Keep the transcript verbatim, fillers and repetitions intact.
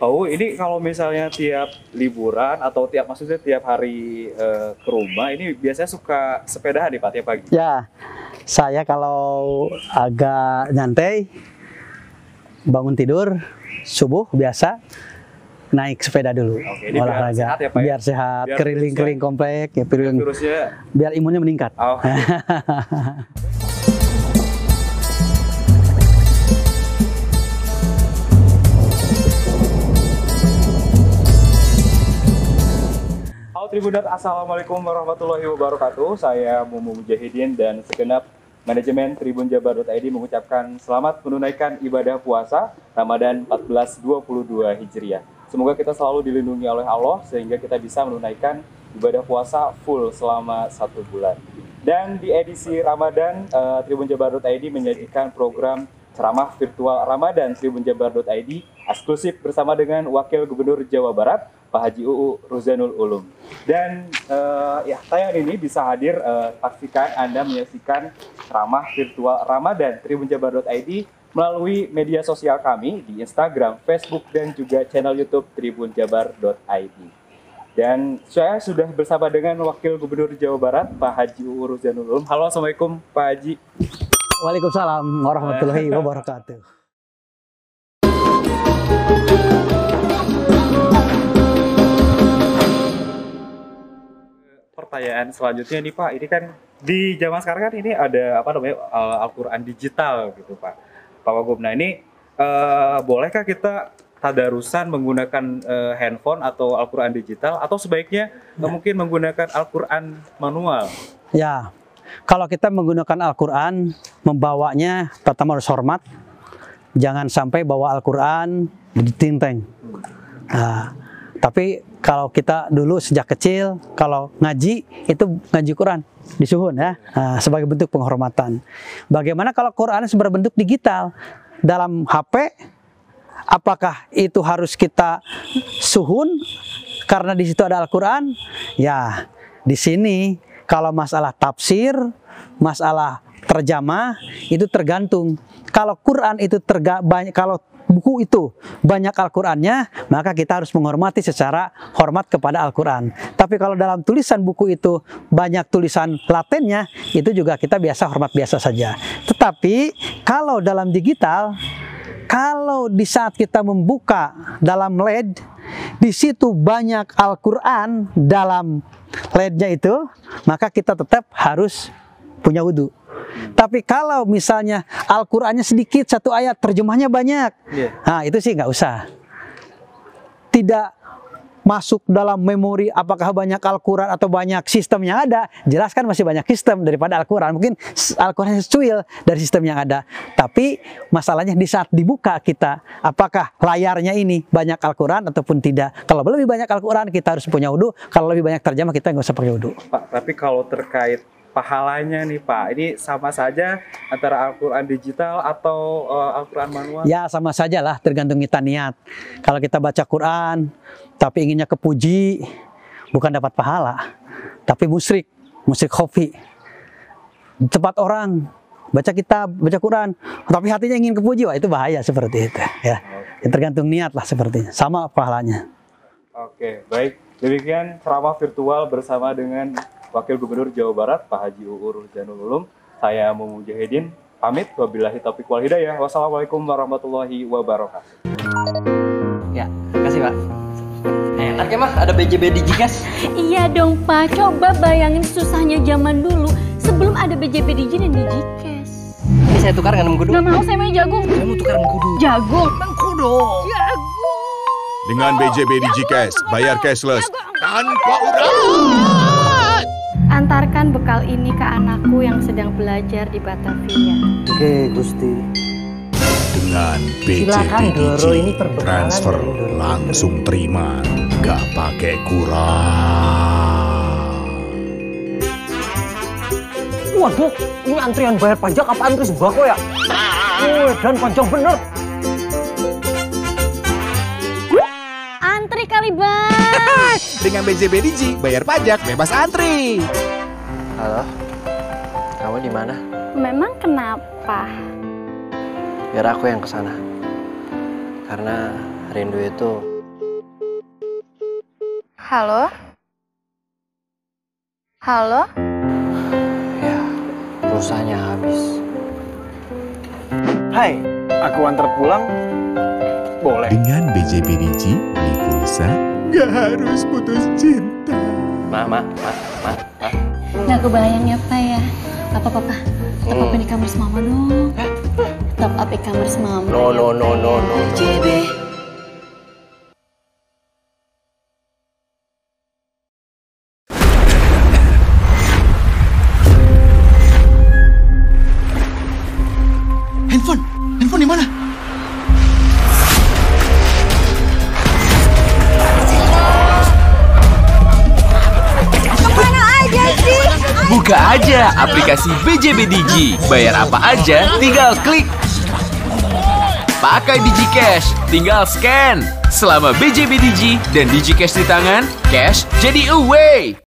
Oh, ini kalau misalnya tiap liburan atau tiap maksudnya tiap hari eh, ke rumah, ini biasanya suka sepedahan nih Pak tiap pagi? Ya, saya kalau agak nyantai, bangun tidur, subuh biasa, naik sepeda dulu, Oke, ini biar olahraga. sehat ya, Pak, ya? Biar sehat, Biar keliling-keliling komplek, ya, keliling- Terusnya, biar imunnya meningkat. oh, Halo Tribuners, Assalamualaikum warahmatullahi wabarakatuh. Saya Mumu Mujahidin dan segenap manajemen Tribun Jabar titik I D mengucapkan selamat menunaikan ibadah puasa Ramadan seribu empat ratus dua puluh dua Hijriah. Semoga kita selalu dilindungi oleh Allah sehingga kita bisa menunaikan ibadah puasa full selama satu bulan. Dan di edisi Ramadan, uh, Tribun Jabar titik I D menyajikan program ceramah virtual Ramadan Tribun Jabar titik I D eksklusif bersama dengan Wakil Gubernur Jawa Barat, Pak Haji Uu Ruzanul Ulum. Dan uh, ya tayangan ini bisa hadir, uh, pastikan Anda menyaksikan ceramah virtual Ramadan Tribun Jabar titik I D melalui media sosial kami di Instagram, Facebook, dan juga channel YouTube Tribun Jabar titik I D. Dan saya sudah bersama dengan Wakil Gubernur Jawa Barat, Pak Haji Uu Ruzanul Ulum. Halo, Assalamualaikum Pak Haji. Waalaikumsalam warahmatullahi wabarakatuh. Pertanyaan selanjutnya nih Pak, ini kan di zaman sekarang kan ini ada apa namanya uh, Al-Quran digital gitu Pak, Pak Wagub. Nah ini uh, bolehkah kita tadarusan menggunakan uh, handphone atau Al-Quran digital atau sebaiknya ya. mungkin menggunakan Al-Quran manual? Ya, kalau kita menggunakan Al-Quran, membawanya pertama harus hormat, jangan sampai bawa Al-Quran di tinteng. Nah, tapi kalau kita dulu sejak kecil, kalau ngaji, itu ngaji Quran, disuhun ya, nah, sebagai bentuk penghormatan. Bagaimana kalau Quran berbentuk digital? Dalam H P, apakah itu harus kita suhun karena di situ ada Al-Quran? Ya, di sini kalau masalah tafsir, masalah terjemah, itu tergantung. Kalau Quran itu terga, banyak, kalau buku itu banyak Al-Qurannya, maka kita harus menghormati secara hormat kepada Al-Quran. Tapi kalau dalam tulisan buku itu banyak tulisan Latinnya, itu juga kita biasa hormat biasa saja. Tetapi kalau dalam digital, kalau di saat kita membuka dalam L E D, di situ banyak Al-Quran dalam L E D-nya itu, maka kita tetap harus punya wudhu. Tapi kalau misalnya Al-Qurannya sedikit, satu ayat, terjemahnya banyak, yeah. Nah itu sih nggak usah. Tidak masuk dalam memori apakah banyak Al-Quran atau banyak sistem yang ada. Jelas kan masih banyak sistem daripada Al-Quran. Mungkin Al-Quran secuil dari sistem yang ada. Tapi masalahnya di saat dibuka kita, apakah layarnya ini banyak Al-Quran ataupun tidak. Kalau lebih banyak Al-Quran kita harus punya wudhu. Kalau lebih banyak terjemah kita nggak usah pakai wudhu. Pak, tapi kalau terkait pahalanya nih Pak, ini sama saja antara Al-Quran digital atau uh, Al-Quran manual? Ya sama saja lah, tergantung kita niat. Kalau kita baca Quran, tapi inginnya kepuji, bukan dapat pahala, tapi musyrik, musyrik khofi. Tempat orang baca kitab, baca Quran, tapi hatinya ingin kepuji, wah itu bahaya seperti itu. Ya, okay. Tergantung niat lah sepertinya, sama pahalanya. Oke, baik. Demikian ceramah virtual bersama dengan Wakil Gubernur Jawa Barat, Pak Haji Uu Ruzanul Ulum. Saya Mumu Mujahidin, pamit. Wabillahi taufiq wal hidayah. Wassalamualaikum warahmatullahi wabarakatuh. Ya, makasih Pak. Enak ya Mah, ada B J B Digicash. Iya dong Pak, coba bayangin susahnya zaman dulu sebelum ada B J B Digi dan Digicash. Ini saya tukar dengan mengkudu. Gak mau, saya mau jagung. Saya mau tukar mengkudu. Jagung. Mengkudu. Jagung. Dengan B J B Digicash, bayar cashless tanpa urat. Antarkan bekal ini ke anakku yang sedang belajar di Batavia. Oke, Gusti. Dengan B J B Silakan, Doro, ini Digi, perbekalan transfer dari Doro. langsung terima, nggak pakai kurang. Waduh, ini antrian bayar pajak apa antri sembako ya? Wih, dan panjang bener. Antri kali Bang. Dengan B J B Digi, bayar pajak bebas antri. Halo, kamu di mana? Memang kenapa? Biar aku yang kesana. Karena rindu itu Halo? Halo? Ya, pulsanya habis. Hai, aku antar pulang. Boleh. Dengan B J B D G, beli pulsa, nggak harus putus cinta. Ma, ma, ma, ma, ma. Nggak kebayang ya, Pak ya. Apa papa? Top up di kamar mama dong. Top up e-commerce mama. No, no, no, no, no. B J B. Handphone, handphone di mana? Kemana aja sih? Buka aja aplikasi B J B D G. Bayar apa aja, tinggal klik. Pakai DigiCash, tinggal scan. Selama B J B D G dan DigiCash di tangan, cash jadi away.